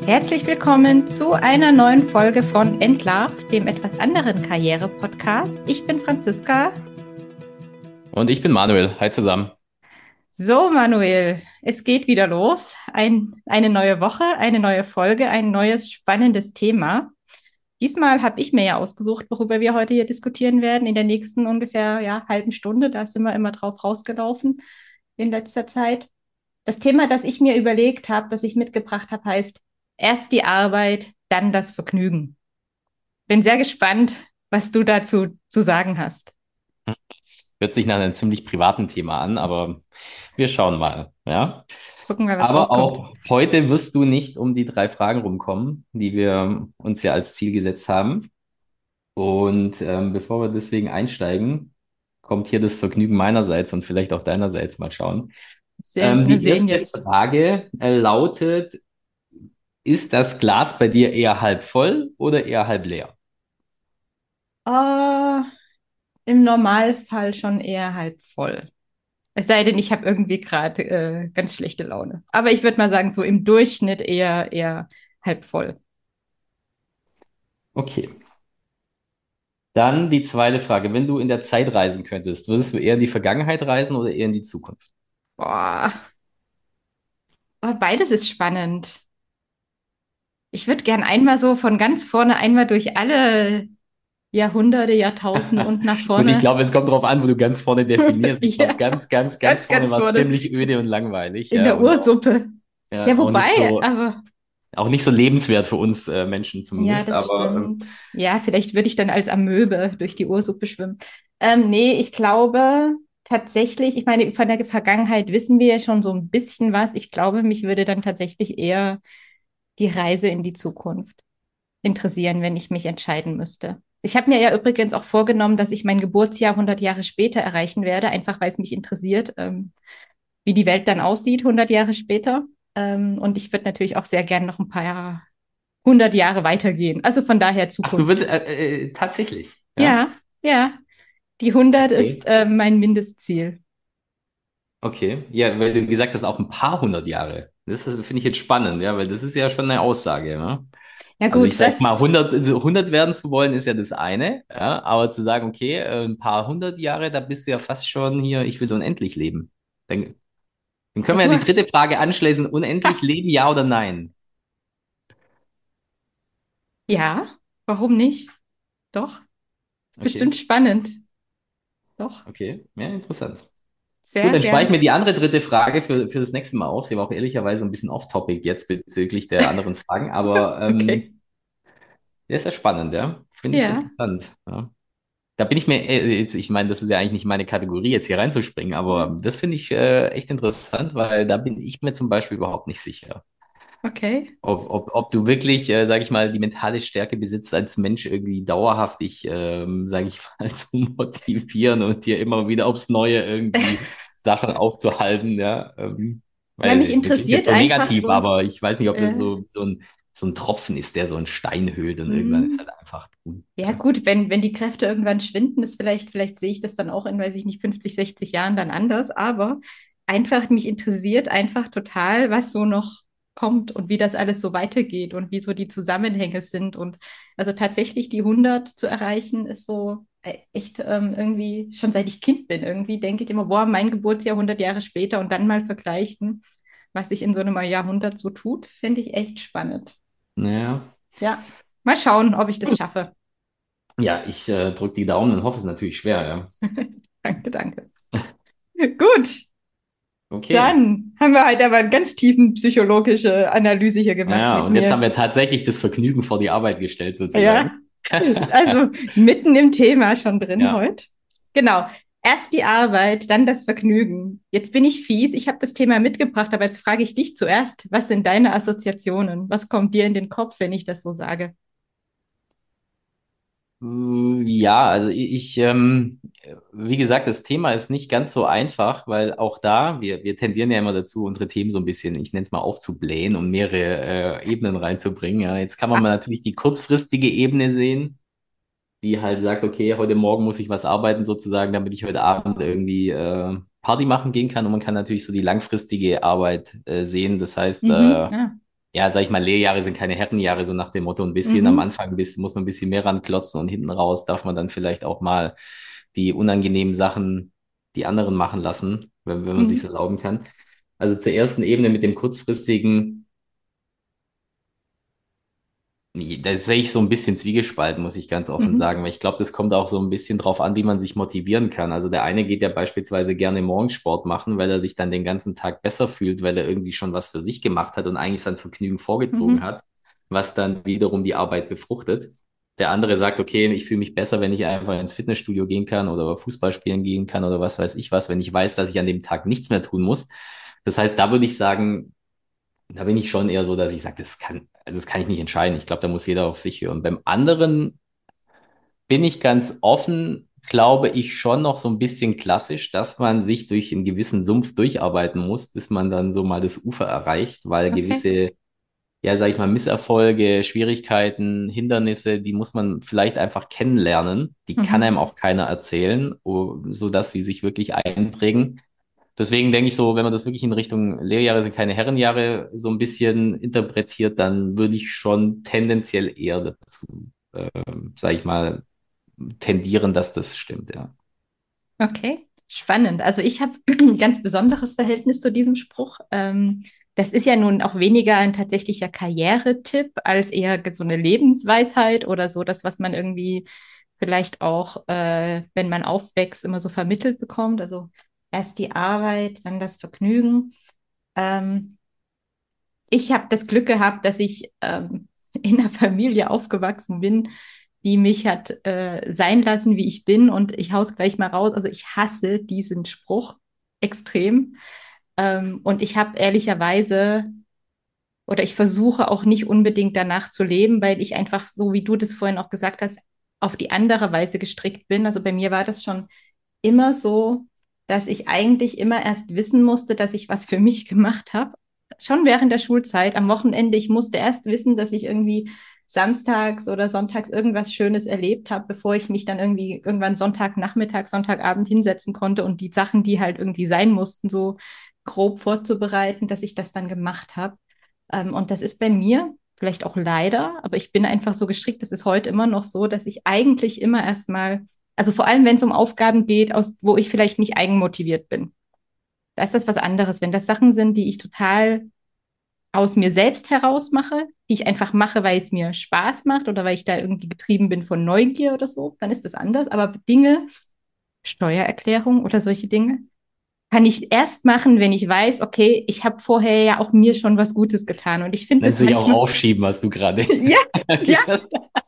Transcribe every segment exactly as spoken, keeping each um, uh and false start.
Herzlich willkommen zu einer neuen Folge von Entlarvt, dem etwas anderen Karriere-Podcast. Ich bin Franziska. Und ich bin Manuel. Hi zusammen. So, Manuel, es geht wieder los. Ein, eine neue Woche, eine neue Folge, ein neues spannendes Thema. Diesmal habe ich mir ja ausgesucht, worüber wir heute hier diskutieren werden. In der nächsten ungefähr ja, halben Stunde. Da sind wir immer drauf rausgelaufen in letzter Zeit. Das Thema, das ich mir überlegt habe, das ich mitgebracht habe, heißt erst die Arbeit, dann das Vergnügen. Bin sehr gespannt, was du dazu zu sagen hast. Hört sich nach einem ziemlich privaten Thema an, aber wir schauen mal. Ja. Gucken wir, was Aber rauskommt. auch heute wirst du nicht um die drei Fragen rumkommen, die wir uns ja als Ziel gesetzt haben. Und ähm, bevor wir deswegen einsteigen, kommt hier das Vergnügen meinerseits und vielleicht auch deinerseits mal schauen. Sehr, Ähm, wir die sehen erste jetzt. Frage äh, lautet: Ist das Glas bei dir eher halb voll oder eher halb leer? Oh, im Normalfall schon eher halb voll. Es sei denn, ich habe irgendwie gerade äh, ganz schlechte Laune. Aber ich würde mal sagen, so im Durchschnitt eher, eher halb voll. Okay. Dann die zweite Frage. Wenn du in der Zeit reisen könntest, würdest du eher in die Vergangenheit reisen oder eher in die Zukunft? Boah, oh, beides ist spannend. Ich würde gern einmal so von ganz vorne einmal durch alle Jahrhunderte, Jahrtausende und nach Gut, ich vorne. glaube, es kommt darauf an, wo du ganz vorne definierst. Ich glaube, Ja, ganz, ganz, ganz ganz, vorne ganz war es vorne. ziemlich öde und langweilig, In ja, der und auch, Ursuppe. Ja, ja, auch wobei, nicht so, aber auch nicht so lebenswert für uns äh, Menschen ja, zumindest. das Aber ähm, stimmt. Ja, vielleicht würde ich dann als Amöbe durch die Ursuppe schwimmen. Ähm, nee, ich glaube tatsächlich, ich meine, von der Vergangenheit wissen wir ja schon so ein bisschen was. Ich glaube, mich würde dann tatsächlich eher die Reise in die Zukunft interessieren, wenn ich mich entscheiden müsste. Ich habe mir ja übrigens auch vorgenommen, dass ich mein Geburtsjahr hundert Jahre später erreichen werde, einfach weil es mich interessiert, ähm, wie die Welt dann aussieht hundert Jahre später. Ähm, und ich würde natürlich auch sehr gerne noch ein paar Jahre hundert Jahre weitergehen. Also von daher ach, du Zukunft. würdest äh, äh, tatsächlich, ja? Ja, ja, die hundert ist Okay. äh, mein Mindestziel. Okay. Ja, weil du gesagt hast, auch ein paar hundert Jahre. Das ist- finde ich jetzt spannend, ja, weil das ist ja schon eine Aussage, ne? Ja Also ich gut, sag mal, das, hundert, also hundert werden zu wollen, ist ja das eine, ja, aber zu sagen, okay, äh, ein paar hundert Jahre, da bist du ja fast schon hier, ich will unendlich leben. Dann, dann ja können wir du, ja die dritte Frage anschließen, unendlich leben, ja oder nein? ja, warum nicht? Doch, ist bestimmt Okay, spannend. Doch, okay, ja, interessant. Gut, sehr, dann spare ich sehr. mir die andere dritte Frage für, für das nächste Mal auf. Sie war auch ehrlicherweise ein bisschen off-topic jetzt bezüglich der anderen Fragen, aber Okay. ähm, der ist ja spannend, ja. Finde ich Ja. interessant. Ja. Da bin ich mir, äh, jetzt, ich meine, das ist ja eigentlich nicht meine Kategorie, jetzt hier reinzuspringen, aber das finde ich äh, echt interessant, weil da bin ich mir zum Beispiel überhaupt nicht sicher. Okay. Ob, ob, ob du wirklich, äh, sage ich mal, die mentale Stärke besitzt, als Mensch irgendwie dauerhaft dich, ähm, sage ich mal, zu motivieren und dir immer wieder aufs Neue irgendwie Sachen aufzuhalsen, ja. Ähm, Ja, weiß mich ich, das klingt jetzt interessiert so einfach negativ, so. aber ich weiß nicht, ob das Äh, so, so ein, so ein Tropfen ist, der so einen Stein höhlt und irgendwann ist hm. halt einfach, tun, Ja, ja. gut, wenn, wenn die Kräfte irgendwann schwinden, ist vielleicht, vielleicht sehe ich das dann auch in, weiß ich nicht, fünfzig, sechzig Jahren dann anders. Aber einfach, mich interessiert einfach total, was so noch kommt und wie das alles so weitergeht und wie so die Zusammenhänge sind. Und also tatsächlich die hundert zu erreichen, ist so äh, echt ähm, irgendwie, schon seit ich Kind bin, irgendwie denke ich immer, boah, mein Geburtsjahr hundert Jahre später und dann mal vergleichen, was sich in so einem Jahrhundert so tut, finde ich echt spannend. Naja. Ja, mal schauen, ob ich das schaffe. Ja, ich äh, drücke die Daumen und hoffe, es ist natürlich schwer, ja. Danke, danke. Gut, Okay. dann haben wir heute aber eine ganz tiefen psychologische Analyse hier gemacht Ja, mit und jetzt mir. haben wir tatsächlich das Vergnügen vor die Arbeit gestellt, sozusagen. Ja, also mitten im Thema schon drin Ja. heute. Genau. Erst die Arbeit, dann das Vergnügen. Jetzt bin ich fies, ich habe das Thema mitgebracht, aber jetzt frage ich dich zuerst, was sind deine Assoziationen? Was kommt dir in den Kopf, wenn ich das so sage? Äh, Ja, also ich, ich, ähm, wie gesagt, das Thema ist nicht ganz so einfach, weil auch da, wir, wir tendieren ja immer dazu, unsere Themen so ein bisschen, ich nenne es mal, aufzublähen und mehrere äh, Ebenen reinzubringen. Ja, jetzt kann man mal natürlich die kurzfristige Ebene sehen, die halt sagt, okay, heute Morgen muss ich was arbeiten sozusagen, damit ich heute Abend irgendwie äh, Party machen gehen kann. Und man kann natürlich so die langfristige Arbeit äh, sehen. Das heißt, Mhm, äh, ja. ja, sag ich mal, Lehrjahre sind keine Herrenjahre, so nach dem Motto, ein bisschen am Mhm. Anfang bis, muss man ein bisschen mehr ranklotzen und hinten raus darf man dann vielleicht auch mal die unangenehmen Sachen die anderen machen lassen, wenn, wenn man sich Mhm. erlauben kann. Also zur ersten Ebene mit dem kurzfristigen, da sehe ich so ein bisschen zwiegespalten, muss ich ganz offen Mhm. sagen, weil ich glaube, das kommt auch so ein bisschen drauf an, wie man sich motivieren kann. Also der eine geht ja beispielsweise gerne Morgensport machen, weil er sich dann den ganzen Tag besser fühlt, weil er irgendwie schon was für sich gemacht hat und eigentlich sein Vergnügen vorgezogen Mhm. hat, was dann wiederum die Arbeit befruchtet. Der andere sagt, okay, ich fühle mich besser, wenn ich einfach ins Fitnessstudio gehen kann oder Fußball spielen gehen kann oder was weiß ich was, wenn ich weiß, dass ich an dem Tag nichts mehr tun muss. Das heißt, da würde ich sagen, da bin ich schon eher so, dass ich sage, das kann, also das kann ich nicht entscheiden. Ich glaube, da muss jeder auf sich hören. Beim anderen bin ich ganz offen, glaube ich schon noch so ein bisschen klassisch, dass man sich durch einen gewissen Sumpf durcharbeiten muss, bis man dann so mal das Ufer erreicht, weil Okay. gewisse, ja, sag ich mal, Misserfolge, Schwierigkeiten, Hindernisse, die muss man vielleicht einfach kennenlernen. Die kann Mhm. einem auch keiner erzählen, oh, so dass sie sich wirklich einprägen. Deswegen denke ich so, wenn man das wirklich in Richtung Lehrjahre sind keine Herrenjahre so ein bisschen interpretiert, dann würde ich schon tendenziell eher dazu, ähm, sage ich mal, tendieren, dass das stimmt, ja. Okay, spannend. Also ich habe ein ganz besonderes Verhältnis zu diesem Spruch. Ähm, das ist ja nun auch weniger ein tatsächlicher Karrieretipp als eher so eine Lebensweisheit oder so das, was man irgendwie vielleicht auch, äh, wenn man aufwächst, immer so vermittelt bekommt. Also erst die Arbeit, dann das Vergnügen. Ähm, Ich habe das Glück gehabt, dass ich ähm, in einer Familie aufgewachsen bin, die mich hat äh, sein lassen, wie ich bin. Und ich hau's gleich mal raus. Also ich hasse diesen Spruch extrem. Ähm, und ich habe ehrlicherweise, oder ich versuche auch nicht unbedingt danach zu leben, weil ich einfach, so wie du das vorhin auch gesagt hast, auf die andere Weise gestrickt bin. Also bei mir war das schon immer so, dass ich eigentlich immer erst wissen musste, dass ich was für mich gemacht habe. Schon während der Schulzeit, am Wochenende, ich musste erst wissen, dass ich irgendwie samstags oder sonntags irgendwas Schönes erlebt habe, bevor ich mich dann irgendwie irgendwann Sonntagnachmittag, Sonntagabend hinsetzen konnte und die Sachen, die halt irgendwie sein mussten, so grob vorzubereiten, dass ich das dann gemacht habe. Ähm, und das ist bei mir vielleicht auch leider, aber ich bin einfach so gestrickt, das ist heute immer noch so, dass ich eigentlich immer erstmal, also vor allem, wenn es um Aufgaben geht, aus, wo ich vielleicht nicht eigenmotiviert bin. Da ist das was anderes. Wenn das Sachen sind, die ich total aus mir selbst heraus mache, die ich einfach mache, weil es mir Spaß macht oder weil ich da irgendwie getrieben bin von Neugier oder so, dann ist das anders. Aber Dinge, Steuererklärung oder solche Dinge, kann ich erst machen, wenn ich weiß, okay, ich habe vorher ja auch mir schon was Gutes getan. Und ich finde Nennt das sich auch manchmal, aufschieben, hast du gerade ja, ja, erklärt.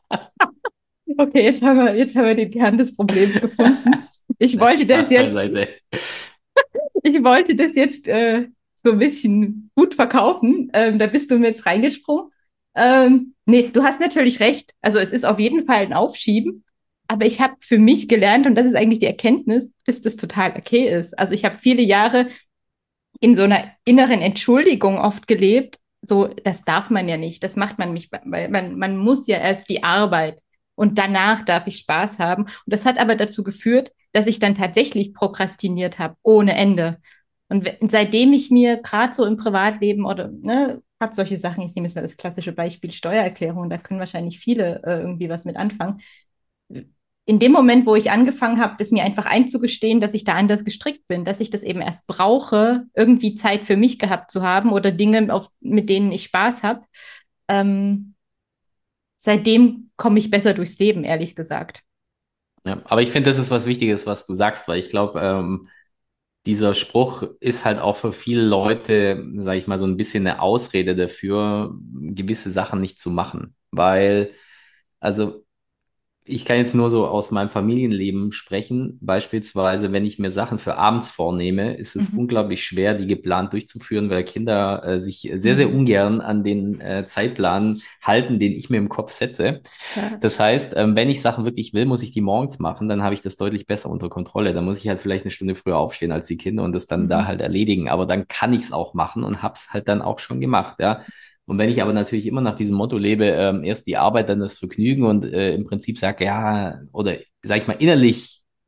okay, jetzt haben wir, jetzt haben wir den Kern des Problems gefunden. Ich wollte das Spaß jetzt beiseite. Ich wollte das jetzt äh, so ein bisschen gut verkaufen. Ähm, da bist du mir jetzt reingesprungen. Ähm, nee, du hast natürlich recht. Also es ist auf jeden Fall ein Aufschieben. Aber ich habe für mich gelernt, und das ist eigentlich die Erkenntnis, dass das total okay ist. Also ich habe viele Jahre in so einer inneren Entschuldigung oft gelebt. So, das darf man ja nicht. Das macht man nicht, weil man, man muss ja erst die Arbeit und danach darf ich Spaß haben. Und das hat aber dazu geführt, dass ich dann tatsächlich prokrastiniert habe, ohne Ende. Und seitdem ich mir gerade so im Privatleben oder ne, gerade solche Sachen, ich nehme jetzt mal das klassische Beispiel Steuererklärung, da können wahrscheinlich viele äh, irgendwie was mit anfangen, in dem Moment, wo ich angefangen habe, das mir einfach einzugestehen, dass ich da anders gestrickt bin, dass ich das eben erst brauche, irgendwie Zeit für mich gehabt zu haben oder Dinge, auf, mit denen ich Spaß habe, ähm, seitdem komme ich besser durchs Leben, ehrlich gesagt. Ja, aber ich finde, das ist was Wichtiges, was du sagst, weil ich glaube, ähm, dieser Spruch ist halt auch für viele Leute, sage ich mal, so ein bisschen eine Ausrede dafür, gewisse Sachen nicht zu machen. Weil, also ich kann jetzt nur so aus meinem Familienleben sprechen. Beispielsweise, wenn ich mir Sachen für abends vornehme, ist es Mhm. unglaublich schwer, die geplant durchzuführen, weil Kinder äh, sich sehr, sehr Mhm. ungern an den äh, Zeitplan halten, den ich mir im Kopf setze. Ja. Das heißt, ähm, wenn ich Sachen wirklich will, muss ich die morgens machen, dann habe ich das deutlich besser unter Kontrolle. Dann muss ich halt vielleicht eine Stunde früher aufstehen als die Kinder und das dann da Mhm. halt erledigen. Aber dann kann ich es auch machen und habe es halt dann auch schon gemacht, ja. Und wenn ich aber natürlich immer nach diesem Motto lebe, ähm, erst die Arbeit, dann das Vergnügen und äh, im Prinzip sage, ja, oder sage ich mal innerlich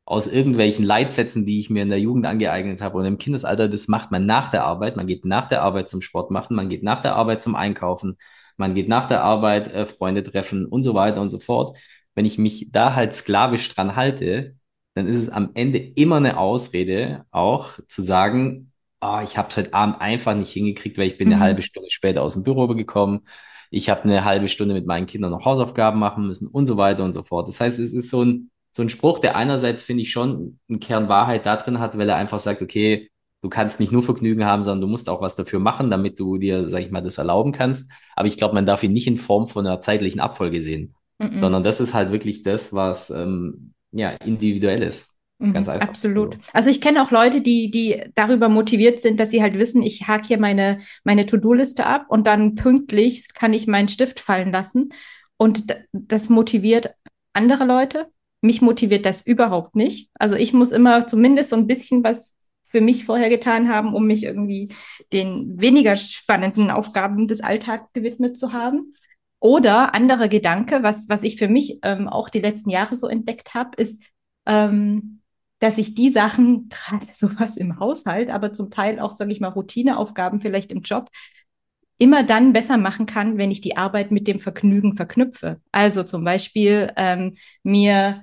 aus irgendwelchen Leitsätzen, die ich mir in der Jugend angeeignet habe. Und im Kindesalter, das macht man nach der Arbeit. Man geht nach der Arbeit zum Sport machen, man geht nach der Arbeit zum Einkaufen, man geht nach der Arbeit äh, Freunde treffen und so weiter und so fort. Wenn ich mich da halt sklavisch dran halte, dann ist es am Ende immer eine Ausrede, auch zu sagen, ah, ich habe es heute Abend einfach nicht hingekriegt, weil ich bin eine halbe Mhm. Stunde später aus dem Büro gekommen. Ich habe eine halbe Stunde mit meinen Kindern noch Hausaufgaben machen müssen und so weiter und so fort. Das heißt, es ist so ein, so ein Spruch, der einerseits, finde ich, schon einen Kern Wahrheit da drin hat, weil er einfach sagt, okay, du kannst nicht nur Vergnügen haben, sondern du musst auch was dafür machen, damit du dir, sag ich mal, das erlauben kannst. Aber ich glaube, man darf ihn nicht in Form von einer zeitlichen Abfolge sehen, Mhm. sondern das ist halt wirklich das, was ähm, ja individuell ist. Ganz Mhm, einfach. absolut. Also, Also ich kenne auch Leute, die, die darüber motiviert sind, dass sie halt wissen, ich hake hier meine, meine To-Do-Liste ab und dann pünktlich kann ich meinen Stift fallen lassen. Und d- das motiviert andere Leute. Mich motiviert das überhaupt nicht. Also ich muss immer zumindest so ein bisschen was für mich vorher getan haben, um mich irgendwie den weniger spannenden Aufgaben des Alltags gewidmet zu haben. Oder anderer Gedanke, was, was ich für mich ähm, auch die letzten Jahre so entdeckt habe, ist, ähm, dass ich die Sachen, gerade sowas im Haushalt, aber zum Teil auch, sage ich mal, Routineaufgaben vielleicht im Job, immer dann besser machen kann, wenn ich die Arbeit mit dem Vergnügen verknüpfe. Also zum Beispiel ähm, mir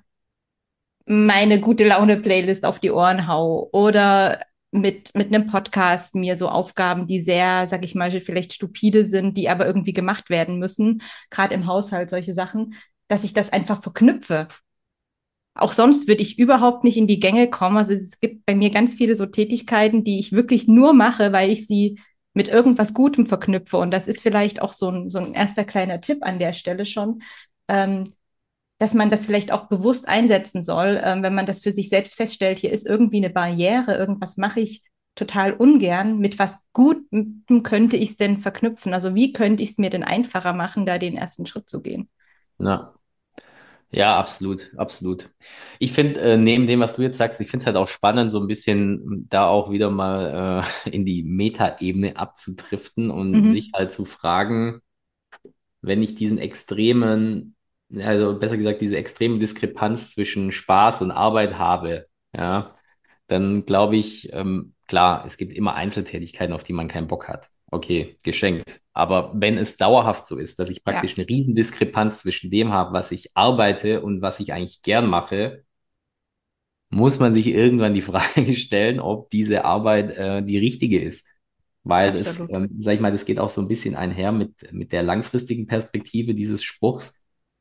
meine gute Laune-Playlist auf die Ohren hau oder mit, mit einem Podcast mir so Aufgaben, die sehr, sag ich mal, vielleicht stupide sind, die aber irgendwie gemacht werden müssen, gerade im Haushalt solche Sachen, dass ich das einfach verknüpfe. Auch sonst würde ich überhaupt nicht in die Gänge kommen. Also es gibt bei mir ganz viele so Tätigkeiten, die ich wirklich nur mache, weil ich sie mit irgendwas Gutem verknüpfe. Und das ist vielleicht auch so ein, so ein erster kleiner Tipp an der Stelle schon, ähm, dass man das vielleicht auch bewusst einsetzen soll, ähm, wenn man das für sich selbst feststellt, hier ist irgendwie eine Barriere, irgendwas mache ich total ungern. Mit was Gutem könnte ich es denn verknüpfen? Also wie könnte ich es mir denn einfacher machen, da den ersten Schritt zu gehen? ja. Ja, absolut, absolut. Ich finde, äh, neben dem, was du jetzt sagst, ich finde es halt auch spannend, so ein bisschen da auch wieder mal äh, in die Metaebene abzudriften und sich Mhm. halt zu fragen, wenn ich diesen extremen, also besser gesagt, diese extreme Diskrepanz zwischen Spaß und Arbeit habe, ja, dann glaube ich, ähm, klar, es gibt immer Einzeltätigkeiten, auf die man keinen Bock hat. Okay, geschenkt. Aber wenn es dauerhaft so ist, dass ich Ja, praktisch eine Riesendiskrepanz zwischen dem habe, was ich arbeite und was ich eigentlich gern mache, muss man sich irgendwann die Frage stellen, ob diese Arbeit äh, die richtige ist. Weil es, absolut. ähm, sag ich mal, das geht auch so ein bisschen einher mit, mit der langfristigen Perspektive dieses Spruchs.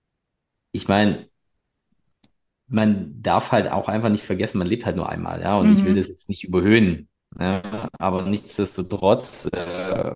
Ich meine, man darf halt auch einfach nicht vergessen, man lebt halt nur einmal, ja, und ich will das Mhm. jetzt nicht überhöhen. Ja, aber nichtsdestotrotz, äh,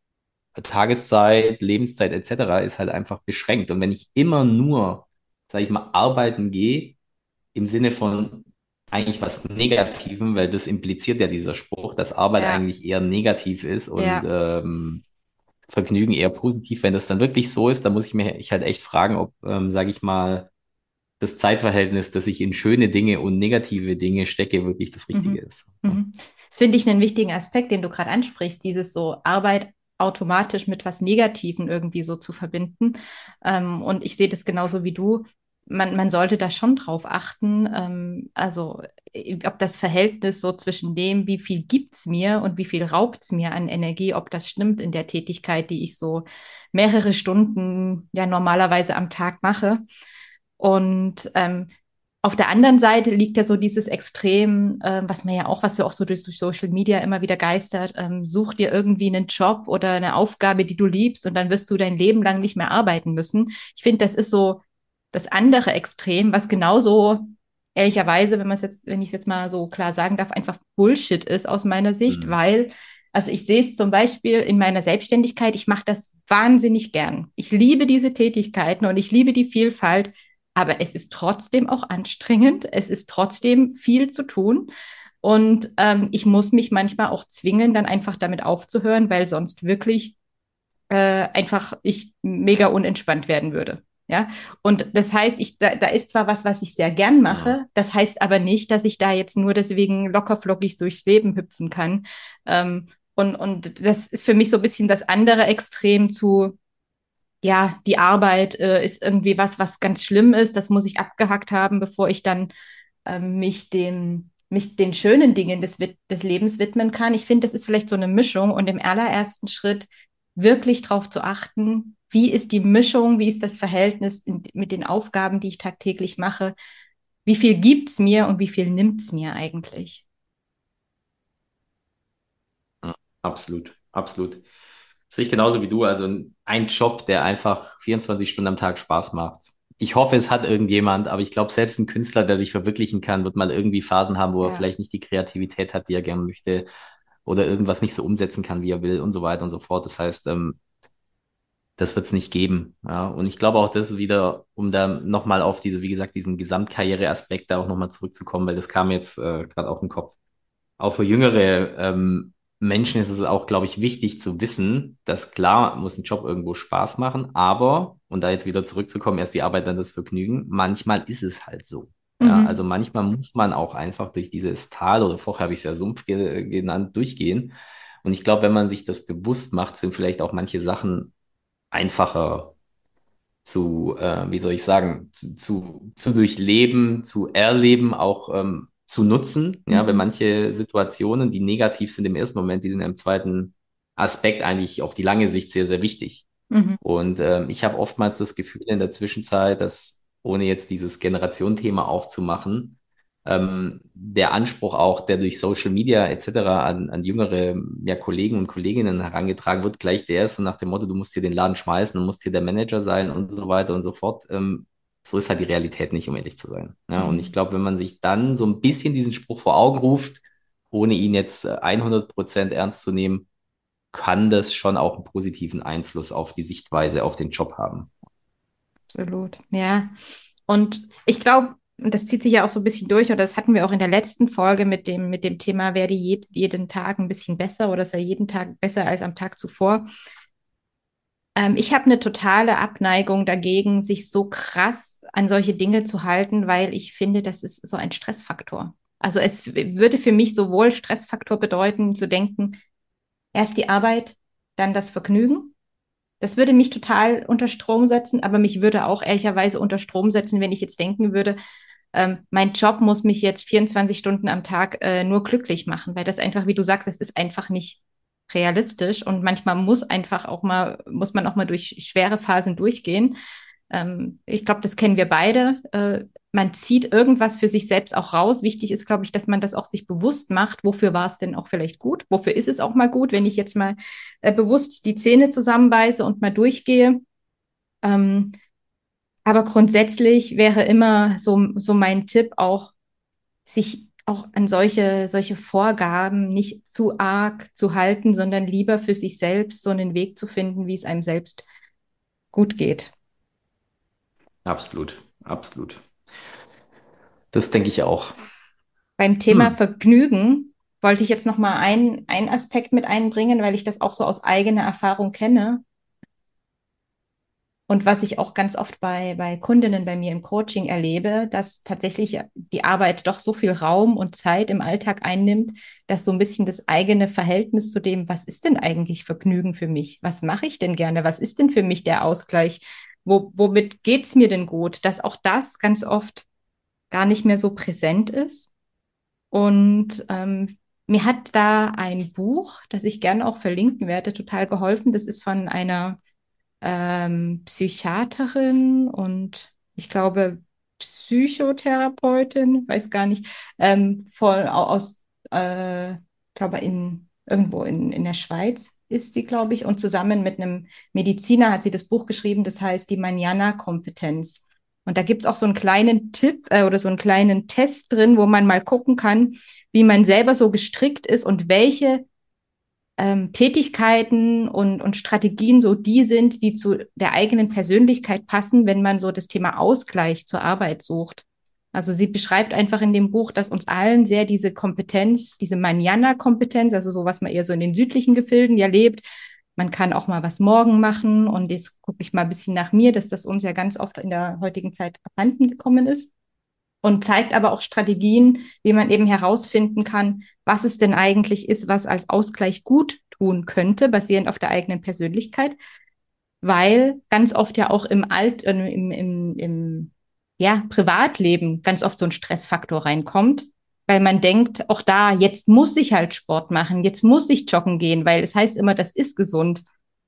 Tageszeit, Lebenszeit et cetera ist halt einfach beschränkt. Und wenn ich immer nur, sag ich mal, arbeiten gehe, im Sinne von eigentlich was Negativem, weil das impliziert ja dieser Spruch, dass Arbeit Ja, eigentlich eher negativ ist und ja. ähm, Vergnügen eher positiv. Wenn das dann wirklich so ist, dann muss ich mir ich halt echt fragen, ob, ähm, sage ich mal, das Zeitverhältnis, das ich in schöne Dinge und negative Dinge stecke, wirklich das Richtige Mhm. ist. Mhm. Das finde ich einen wichtigen Aspekt, den du gerade ansprichst, dieses so Arbeit automatisch mit was Negativen irgendwie so zu verbinden. Ähm, und ich sehe das genauso wie du. Man, man sollte da schon drauf achten, ähm, also äh, ob das Verhältnis so zwischen dem, wie viel gibt's mir und wie viel raubt's mir an Energie, ob das stimmt in der Tätigkeit, die ich so mehrere Stunden ja normalerweise am Tag mache. Und ähm, auf der anderen Seite liegt ja so dieses Extrem, ähm, was man ja auch, was ja auch so durch, durch Social Media immer wieder geistert, ähm, such dir irgendwie einen Job oder eine Aufgabe, die du liebst und dann wirst du dein Leben lang nicht mehr arbeiten müssen. Ich finde, das ist so das andere Extrem, was genauso ehrlicherweise, wenn man es jetzt, wenn ich es jetzt mal so klar sagen darf, einfach Bullshit ist aus meiner Sicht, Mhm. weil, also ich sehe es zum Beispiel in meiner Selbstständigkeit, ich mache das wahnsinnig gern. Ich liebe diese Tätigkeiten und ich liebe die Vielfalt, aber es ist trotzdem auch anstrengend. Es ist trotzdem viel zu tun. Und ähm, ich muss mich manchmal auch zwingen, dann einfach damit aufzuhören, weil sonst wirklich äh, einfach ich mega unentspannt werden würde. Ja, und das heißt, ich, da, da ist zwar was, was ich sehr gern Mhm. mache, das heißt aber nicht, dass ich da jetzt nur deswegen lockerflockig durchs Leben hüpfen kann. Ähm, und, und das ist für mich so ein bisschen das andere Extrem zu, ja, die Arbeit äh, ist irgendwie was, was ganz schlimm ist. Das muss ich abgehackt haben, bevor ich dann ähm, mich dem, mich den schönen Dingen des, des Lebens widmen kann. Ich finde, das ist vielleicht so eine Mischung und im allerersten Schritt wirklich darauf zu achten, wie ist die Mischung, wie ist das Verhältnis in, mit den Aufgaben, die ich tagtäglich mache, wie viel gibt es mir und wie viel nimmt es mir eigentlich? Ja, absolut, absolut. Sehe ich genauso wie du. Also ein Job, der einfach vierundzwanzig Stunden am Tag Spaß macht. Ich hoffe, es hat irgendjemand, aber ich glaube, selbst ein Künstler, der sich verwirklichen kann, wird mal irgendwie Phasen haben, wo er Ja. vielleicht nicht die Kreativität hat, die er gerne möchte oder irgendwas nicht so umsetzen kann, wie er will und so weiter und so fort. Das heißt, ähm, das wird es nicht geben. Ja. Und ich glaube auch, das wieder, um da nochmal auf diese, wie gesagt, diesen Gesamtkarriereaspekt da auch nochmal zurückzukommen, weil das kam jetzt äh, gerade auf den Kopf. Auch für jüngere ähm, Menschen ist es auch, glaube ich, wichtig zu wissen, dass klar muss ein Job irgendwo Spaß machen, aber, und da jetzt wieder zurückzukommen, erst die Arbeit, dann das Vergnügen, manchmal ist es halt so. Ja, also Mhm. manchmal muss man auch einfach durch dieses Tal oder vorher habe ich es ja Sumpf ge genannt, durchgehen. Und ich glaube, wenn man sich das bewusst macht, sind vielleicht auch manche Sachen einfacher zu, äh, wie soll ich sagen, zu, zu, zu durchleben, zu erleben, auch ähm, zu nutzen. Ja, weil Mhm. manche Situationen, die negativ sind im ersten Moment, die sind im zweiten Aspekt eigentlich auf die lange Sicht sehr, sehr wichtig. Mhm. Und ähm, ich habe oftmals das Gefühl in der Zwischenzeit, dass, ohne jetzt dieses Generationenthema aufzumachen, ähm, der Anspruch auch, der durch Social Media et cetera an, an jüngere ja, Kollegen und Kolleginnen herangetragen wird, gleich der ist so nach dem Motto, du musst hier den Laden schmeißen, du musst hier der Manager sein und so weiter und so fort. Ähm, so ist halt die Realität nicht, um ehrlich zu sein. Ja, und ich Mhm. glaube, wenn man sich dann so ein bisschen diesen Spruch vor Augen ruft, ohne ihn jetzt äh, hundert Prozent ernst zu nehmen, kann das schon auch einen positiven Einfluss auf die Sichtweise auf den Job haben. Absolut. Ja. Und ich glaube, und das zieht sich ja auch so ein bisschen durch, oder das hatten wir auch in der letzten Folge mit dem, mit dem Thema, werde je, jeden Tag ein bisschen besser oder sei jeden Tag besser als am Tag zuvor. Ähm, ich habe eine totale Abneigung dagegen, sich so krass an solche Dinge zu halten, weil ich finde, das ist so ein Stressfaktor. Also es würde für mich sowohl Stressfaktor bedeuten, zu denken, erst die Arbeit, dann das Vergnügen. Das würde mich total unter Strom setzen, aber mich würde auch ehrlicherweise unter Strom setzen, wenn ich jetzt denken würde, ähm, mein Job muss mich jetzt vierundzwanzig Stunden am Tag äh, nur glücklich machen, weil das einfach, wie du sagst, es ist einfach nicht realistisch und manchmal muss einfach auch mal, muss man auch mal durch schwere Phasen durchgehen. Ähm, ich glaube, das kennen wir beide. Äh, man zieht irgendwas für sich selbst auch raus. Wichtig ist, glaube ich, dass man das auch sich bewusst macht. Wofür war es denn auch vielleicht gut? Wofür ist es auch mal gut, wenn ich jetzt mal äh, bewusst die Zähne zusammenbeiße und mal durchgehe? Ähm, aber grundsätzlich wäre immer so, so mein Tipp auch, sich auch an solche, solche Vorgaben nicht zu arg zu halten, sondern lieber für sich selbst so einen Weg zu finden, wie es einem selbst gut geht. Absolut, absolut. Das denke ich auch. Beim Thema Hm. Vergnügen wollte ich jetzt noch mal einen, einen Aspekt mit einbringen, weil ich das auch so aus eigener Erfahrung kenne. Und was ich auch ganz oft bei, bei Kundinnen bei mir im Coaching erlebe, dass tatsächlich die Arbeit doch so viel Raum und Zeit im Alltag einnimmt, dass so ein bisschen das eigene Verhältnis zu dem, was ist denn eigentlich Vergnügen für mich? Was mache ich denn gerne? Was ist denn für mich der Ausgleich? Wo, womit geht's mir denn gut? Dass auch das ganz oft gar nicht mehr so präsent ist. Und ähm, mir hat da ein Buch, das ich gerne auch verlinken werde, total geholfen. Das ist von einer ähm, Psychiaterin und ich glaube Psychotherapeutin, weiß gar nicht, ähm, von, aus, äh, glaube in irgendwo in, in der Schweiz ist sie, glaube ich, und zusammen mit einem Mediziner hat sie das Buch geschrieben, das heißt die Manana-Kompetenz. Und da gibt es auch so einen kleinen Tipp äh, oder so einen kleinen Test drin, wo man mal gucken kann, wie man selber so gestrickt ist und welche ähm, Tätigkeiten und, und Strategien so die sind, die zu der eigenen Persönlichkeit passen, wenn man so das Thema Ausgleich zur Arbeit sucht. Also sie beschreibt einfach in dem Buch, dass uns allen sehr diese Kompetenz, diese Manana-Kompetenz, also so, was man eher so in den südlichen Gefilden ja lebt, man kann auch mal was morgen machen und jetzt gucke ich mal ein bisschen nach mir, dass das uns ja ganz oft in der heutigen Zeit abhanden gekommen ist und zeigt aber auch Strategien, wie man eben herausfinden kann, was es denn eigentlich ist, was als Ausgleich gut tun könnte, basierend auf der eigenen Persönlichkeit, weil ganz oft ja auch im Alt, äh, im, im, im ja, Privatleben ganz oft so ein Stressfaktor reinkommt, weil man denkt, auch da, jetzt muss ich halt Sport machen, jetzt muss ich joggen gehen, weil es heißt immer, das ist gesund.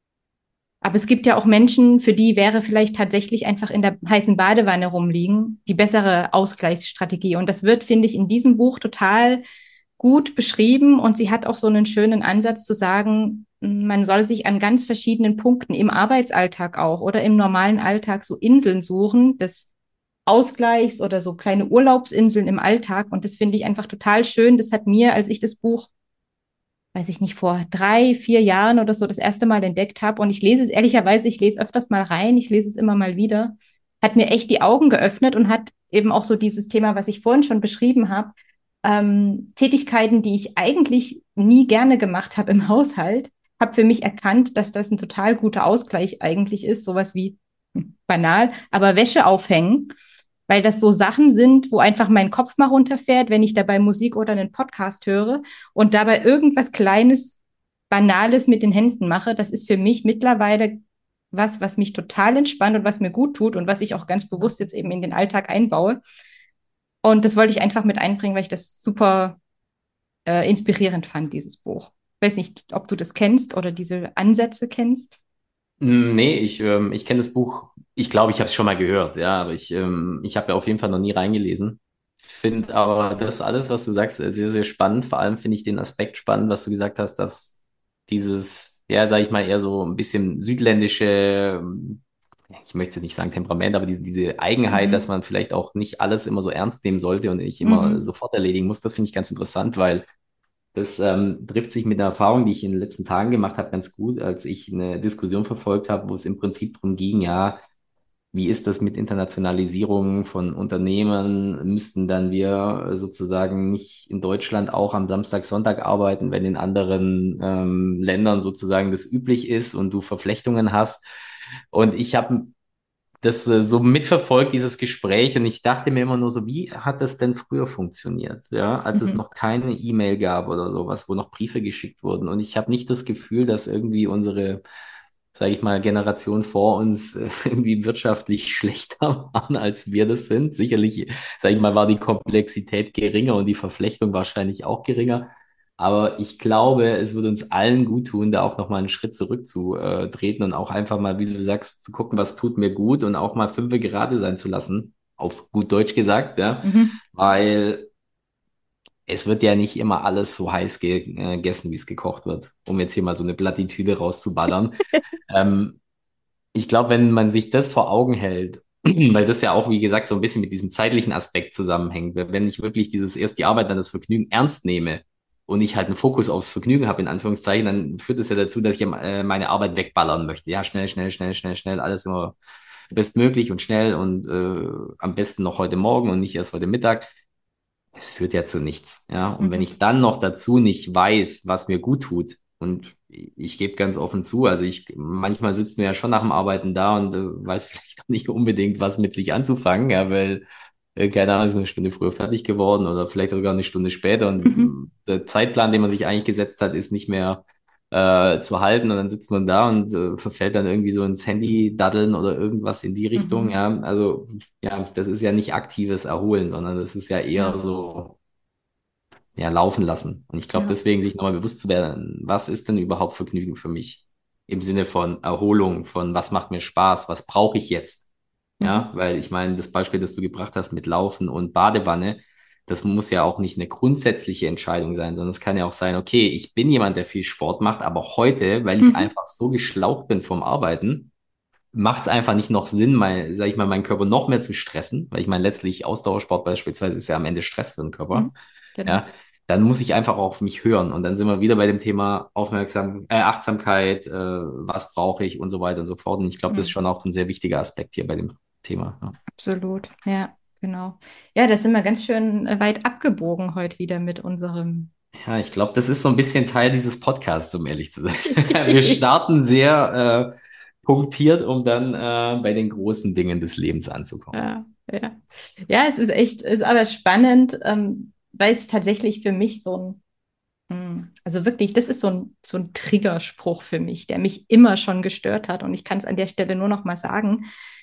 Aber es gibt ja auch Menschen, für die wäre vielleicht tatsächlich einfach in der heißen Badewanne rumliegen die bessere Ausgleichsstrategie. Und das wird, finde ich, in diesem Buch total gut beschrieben. Und sie hat auch so einen schönen Ansatz zu sagen, man soll sich an ganz verschiedenen Punkten im Arbeitsalltag auch oder im normalen Alltag so Inseln suchen des Ausgleichs oder so kleine Urlaubsinseln im Alltag. Und das finde ich einfach total schön. Das hat mir, als ich das Buch, weiß ich nicht, vor drei, vier Jahren oder so das erste Mal entdeckt habe. Und ich lese es ehrlicherweise, ich lese öfters mal rein, ich lese es immer mal wieder, hat mir echt die Augen geöffnet und hat eben auch so dieses Thema, was ich vorhin schon beschrieben habe, ähm, Tätigkeiten, die ich eigentlich nie gerne gemacht habe im Haushalt, habe für mich erkannt, dass das ein total guter Ausgleich eigentlich ist, sowas wie hm, banal, aber Wäsche aufhängen, weil das so Sachen sind, wo einfach mein Kopf mal runterfährt, wenn ich dabei Musik oder einen Podcast höre und dabei irgendwas Kleines, Banales mit den Händen mache. Das ist für mich mittlerweile was, was mich total entspannt und was mir gut tut und was ich auch ganz bewusst jetzt eben in den Alltag einbaue. Und das wollte ich einfach mit einbringen, weil ich das super äh, inspirierend fand, dieses Buch. Ich weiß nicht, ob du das kennst oder diese Ansätze kennst. Mm, Nee, ich, ähm, ich kenne das Buch, ich glaube, ich habe es schon mal gehört, ja, aber ich, ähm, ich habe ja auf jeden Fall noch nie reingelesen. Ich finde aber das alles, was du sagst, äh, sehr, sehr spannend. Vor allem finde ich den Aspekt spannend, was du gesagt hast, dass dieses, ja, sage ich mal, eher so ein bisschen südländische, ähm, ich möchte jetzt nicht sagen Temperament, aber diese, diese Eigenheit, dass Mhm. man vielleicht auch nicht alles immer so ernst nehmen sollte und nicht immer Mhm. sofort erledigen muss, das finde ich ganz interessant, weil das ähm, trifft sich mit einer Erfahrung, die ich in den letzten Tagen gemacht habe, ganz gut, als ich eine Diskussion verfolgt habe, wo es im Prinzip darum ging, ja, wie ist das mit Internationalisierung von Unternehmen? Müssten dann wir sozusagen nicht in Deutschland auch am Samstag, Sonntag arbeiten, wenn in anderen ähm, Ländern sozusagen das üblich ist und du Verflechtungen hast? Und ich habe das äh, so mitverfolgt, dieses Gespräch, und ich dachte mir immer nur so, wie hat das denn früher funktioniert, ja, als es Mhm. noch keine E-Mail gab oder sowas, wo noch Briefe geschickt wurden. Und ich habe nicht das Gefühl, dass irgendwie unsere, sage ich mal, Generation vor uns äh, irgendwie wirtschaftlich schlechter waren, als wir das sind. Sicherlich, sage ich mal, war die Komplexität geringer und die Verflechtung wahrscheinlich auch geringer. Aber ich glaube, es würde uns allen gut tun, da auch nochmal einen Schritt zurückzutreten und auch einfach mal, wie du sagst, zu gucken, was tut mir gut und auch mal fünfe gerade sein zu lassen, auf gut Deutsch gesagt, ja, Mhm. weil es wird ja nicht immer alles so heiß ge äh, gegessen, wie es gekocht wird, um jetzt hier mal so eine Plattitüde rauszuballern. Ähm, Ich glaube, wenn man sich das vor Augen hält, weil das ja auch, wie gesagt, so ein bisschen mit diesem zeitlichen Aspekt zusammenhängt, wenn ich wirklich dieses erst die Arbeit, dann das Vergnügen ernst nehme und ich halt einen Fokus aufs Vergnügen habe, in Anführungszeichen, dann führt es ja dazu, dass ich äh, meine Arbeit wegballern möchte. Ja, schnell, schnell, schnell, schnell, schnell, alles immer bestmöglich und schnell und äh, am besten noch heute Morgen und nicht erst heute Mittag. Es führt ja zu nichts. Ja, und wenn Mhm. ich dann noch dazu nicht weiß, was mir gut tut, und ich, ich gebe ganz offen zu, also ich manchmal sitzt mir ja schon nach dem Arbeiten da und äh, weiß vielleicht auch nicht unbedingt, was mit sich anzufangen, ja, weil, äh, keine Ahnung, ist eine Stunde früher fertig geworden oder vielleicht sogar eine Stunde später und Mhm. mh, der Zeitplan, den man sich eigentlich gesetzt hat, ist nicht mehr äh, zu halten und dann sitzt man da und äh, verfällt dann irgendwie so ins Handy daddeln oder irgendwas in die Richtung, Mhm. ja, also ja, das ist ja nicht aktives Erholen, sondern das ist ja eher Ja, so, ja, laufen lassen. Und ich glaube, ja. deswegen sich nochmal bewusst zu werden, was ist denn überhaupt Vergnügen für mich? Im Sinne von Erholung, von was macht mir Spaß, was brauche ich jetzt? Ja, Mhm. weil ich meine, das Beispiel, das du gebracht hast mit Laufen und Badewanne, das muss ja auch nicht eine grundsätzliche Entscheidung sein, sondern es kann ja auch sein, okay, ich bin jemand, der viel Sport macht, aber heute, weil ich Mhm. einfach so geschlaucht bin vom Arbeiten, macht es einfach nicht noch Sinn, mein, sag ich mal, meinen Körper noch mehr zu stressen, weil ich meine, letztlich Ausdauersport beispielsweise ist ja am Ende Stress für den Körper, Mhm. Genau. ja, dann muss ich einfach auf mich hören und dann sind wir wieder bei dem Thema Aufmerksam, äh, Achtsamkeit, äh, was brauche ich und so weiter und so fort. Und ich glaube, das ist Mhm. schon auch ein sehr wichtiger Aspekt hier bei dem Thema. Ja. Absolut. Ja, genau. Ja, da sind wir ganz schön äh, weit abgebogen heute wieder mit unserem. Ja, ich glaube, das ist so ein bisschen Teil dieses Podcasts, um ehrlich zu sein. Wir starten sehr äh, punktiert, um dann äh, bei den großen Dingen des Lebens anzukommen. Ja, ja. Ja, es ist echt, ist aber spannend, ähm, weil es tatsächlich für mich so ein, mh, also wirklich, das ist so ein, so ein Triggerspruch für mich, der mich immer schon gestört hat. Und ich kann es an der Stelle nur noch mal sagen.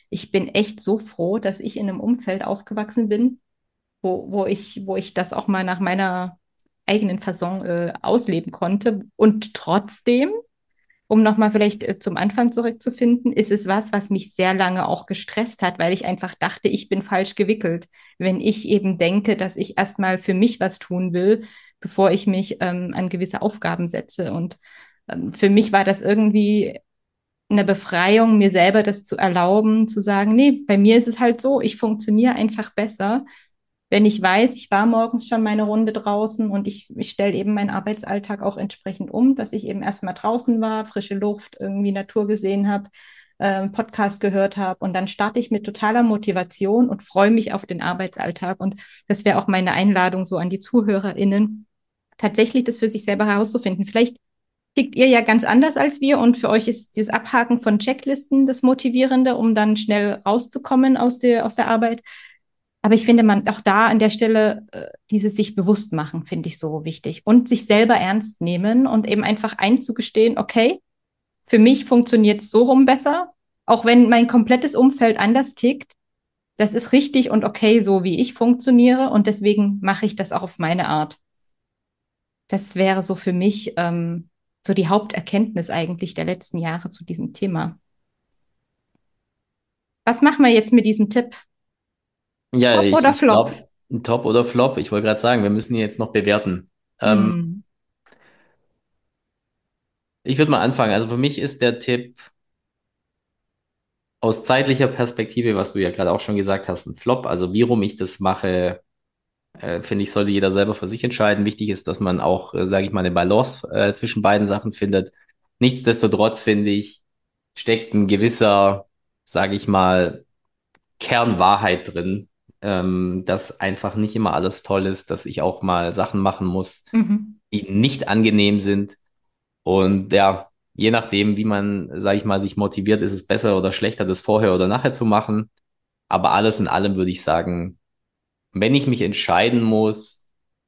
ich bin echt so froh, dass ich in einem Umfeld aufgewachsen bin, wo, wo ich, wo ich das auch mal nach meiner eigenen Fasson äh, ausleben konnte. Und trotzdem, um nochmal vielleicht äh, zum Anfang zurückzufinden, ist es was, was mich sehr lange auch gestresst hat, weil ich einfach dachte, ich bin falsch gewickelt. Wenn ich eben denke, dass ich erstmal für mich was tun will, bevor ich mich ähm, an gewisse Aufgaben setze. Und ähm, für mich war das irgendwie eine Befreiung, mir selber das zu erlauben, zu sagen, nee, bei mir ist es halt so, ich funktioniere einfach besser, wenn ich weiß, ich war morgens schon meine Runde draußen und ich, ich stelle eben meinen Arbeitsalltag auch entsprechend um, dass ich eben erstmal draußen war, frische Luft, irgendwie Natur gesehen habe, äh, Podcast gehört habe und dann starte ich mit totaler Motivation und freue mich auf den Arbeitsalltag. Und das wäre auch meine Einladung so an die ZuhörerInnen, tatsächlich das für sich selber herauszufinden. Vielleicht tickt ihr ja ganz anders als wir und für euch ist dieses Abhaken von Checklisten das Motivierende, um dann schnell rauszukommen aus der, aus der Arbeit. Aber ich finde, man auch da an der Stelle äh, dieses sich bewusst machen, finde ich so wichtig. Und sich selber ernst nehmen und eben einfach einzugestehen, okay, für mich funktioniert es so rum besser, auch wenn mein komplettes Umfeld anders tickt. Das ist richtig und okay, so wie ich funktioniere. Und deswegen mache ich das auch auf meine Art. Das wäre so für mich ähm, so die Haupterkenntnis eigentlich der letzten Jahre zu diesem Thema. Was machen wir jetzt mit diesem Tipp? Ja, Top ich, oder ich Flop? glaube, Top oder Flop. Ich wollte gerade sagen, wir müssen ihn jetzt noch bewerten. Ähm, Hm. ich würde mal anfangen. Also für mich ist der Tipp aus zeitlicher Perspektive, was du ja gerade auch schon gesagt hast, ein Flop. Also wie rum ich das mache, äh, finde ich, sollte jeder selber für sich entscheiden. Wichtig ist, dass man auch, äh, sage ich mal, eine Balance äh, zwischen beiden Sachen findet. Nichtsdestotrotz finde ich, steckt ein gewisser, sage ich mal, Kernwahrheit drin, ähm, dass einfach nicht immer alles toll ist, dass ich auch mal Sachen machen muss, Mhm. die nicht angenehm sind. Und ja, je nachdem, wie man, sage ich mal, sich motiviert, ist es besser oder schlechter, das vorher oder nachher zu machen. Aber alles in allem würde ich sagen, wenn ich mich entscheiden muss,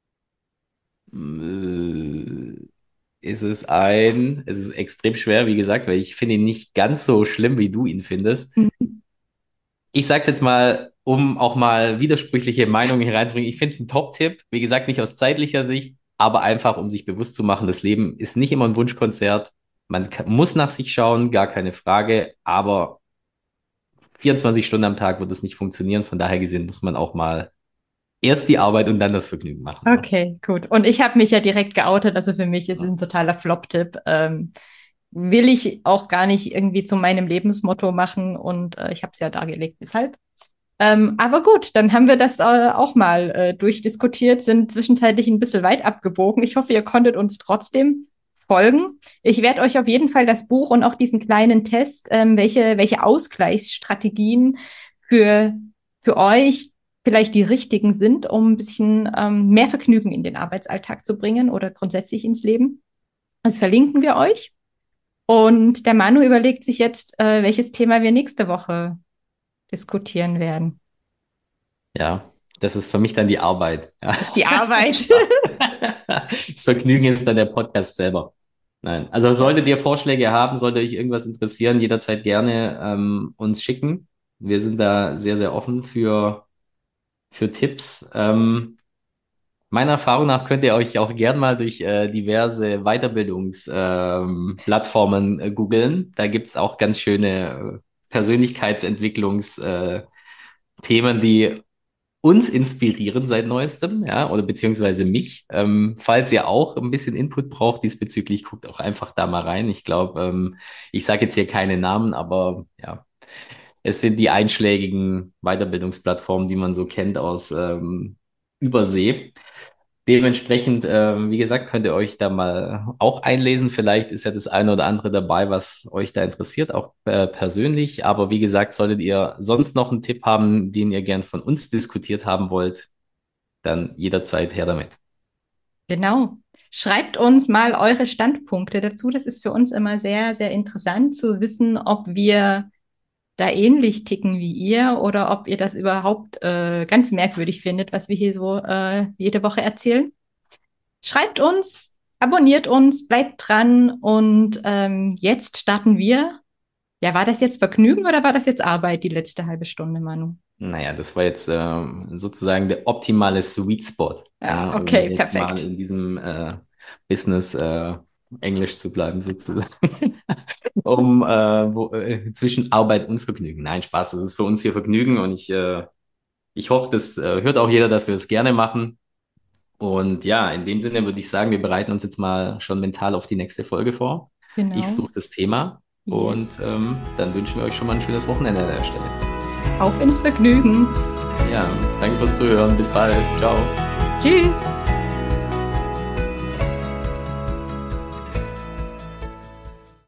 äh, ist es ein, es ist extrem schwer, wie gesagt, weil ich finde ihn nicht ganz so schlimm, wie du ihn findest. Mhm. Ich sag's jetzt mal, um auch mal widersprüchliche Meinungen hier reinzubringen. Ich finde es ein Top-Tipp. Wie gesagt, nicht aus zeitlicher Sicht, aber einfach, um sich bewusst zu machen, das Leben ist nicht immer ein Wunschkonzert. Man kann, muss nach sich schauen, gar keine Frage, aber vierundzwanzig Stunden am Tag wird es nicht funktionieren. Von daher gesehen muss man auch mal erst die Arbeit und dann das Vergnügen machen. Ne? Okay, gut. Und ich habe mich ja direkt geoutet, also für mich ist es ein totaler Flop-Tipp. Ähm, will ich auch gar nicht irgendwie zu meinem Lebensmotto machen und äh, ich habe es ja dargelegt, weshalb. Ähm, aber gut, dann haben wir das äh, auch mal äh, durchdiskutiert, sind zwischenzeitlich ein bisschen weit abgebogen. Ich hoffe, ihr konntet uns trotzdem folgen. Ich werde euch auf jeden Fall das Buch und auch diesen kleinen Test, ähm, welche, welche Ausgleichsstrategien für, für euch vielleicht die richtigen sind, um ein bisschen ähm, mehr Vergnügen in den Arbeitsalltag zu bringen oder grundsätzlich ins Leben. Das verlinken wir euch. Und der Manu überlegt sich jetzt, äh, welches Thema wir nächste Woche diskutieren werden. Ja, das ist für mich dann die Arbeit. Ja. Das ist die Arbeit. Das Vergnügen ist dann der Podcast selber. Nein, also solltet ihr Vorschläge haben, sollte euch irgendwas interessieren, jederzeit gerne ähm, uns schicken. Wir sind da sehr, sehr offen für, für Tipps. Ähm, meiner Erfahrung nach könnt ihr euch auch gern mal durch äh, diverse Weiterbildungsplattformen ähm, Plattformen, äh, googeln. Da gibt's auch ganz schöne äh, Persönlichkeitsentwicklungs äh, Themen, die uns inspirieren seit neuestem, ja, oder beziehungsweise mich. Ähm, falls ihr auch ein bisschen Input braucht diesbezüglich, guckt auch einfach da mal rein. Ich glaube, ähm, ich sage jetzt hier keine Namen, aber ja, es sind die einschlägigen Weiterbildungsplattformen, die man so kennt aus ähm, Übersee. Dementsprechend, ähm, wie gesagt, könnt ihr euch da mal auch einlesen. Vielleicht ist ja das eine oder andere dabei, was euch da interessiert, auch äh, persönlich. Aber wie gesagt, solltet ihr sonst noch einen Tipp haben, den ihr gern von uns diskutiert haben wollt, dann jederzeit her damit. Genau. Schreibt uns mal eure Standpunkte dazu. Das ist für uns immer sehr, sehr interessant zu wissen, ob wir da ähnlich ticken wie ihr oder ob ihr das überhaupt äh, ganz merkwürdig findet, was wir hier so äh, jede Woche erzählen. Schreibt uns, abonniert uns, bleibt dran und ähm, jetzt starten wir Ja, war das jetzt Vergnügen oder war das jetzt Arbeit, die letzte halbe Stunde, Manu? Naja, das war jetzt ähm, sozusagen der optimale Sweet Spot, Ja, ja, um okay, jetzt mal perfekt. in diesem äh, Business äh, Englisch zu bleiben, sozusagen. Um äh, wo, äh, zwischen Arbeit und Vergnügen. Nein, Spaß, das ist für uns hier Vergnügen und ich, äh, ich hoffe, das äh, hört auch jeder, dass wir es gerne machen. Und ja, in dem Sinne würde ich sagen, wir bereiten uns jetzt mal schon mental auf die nächste Folge vor. Ich Genau. suche das Thema und Yes. ähm, dann wünschen wir euch schon mal ein schönes Wochenende an der Stelle. Auf ins Vergnügen. Ja, danke fürs Zuhören. Bis bald. Ciao. Tschüss.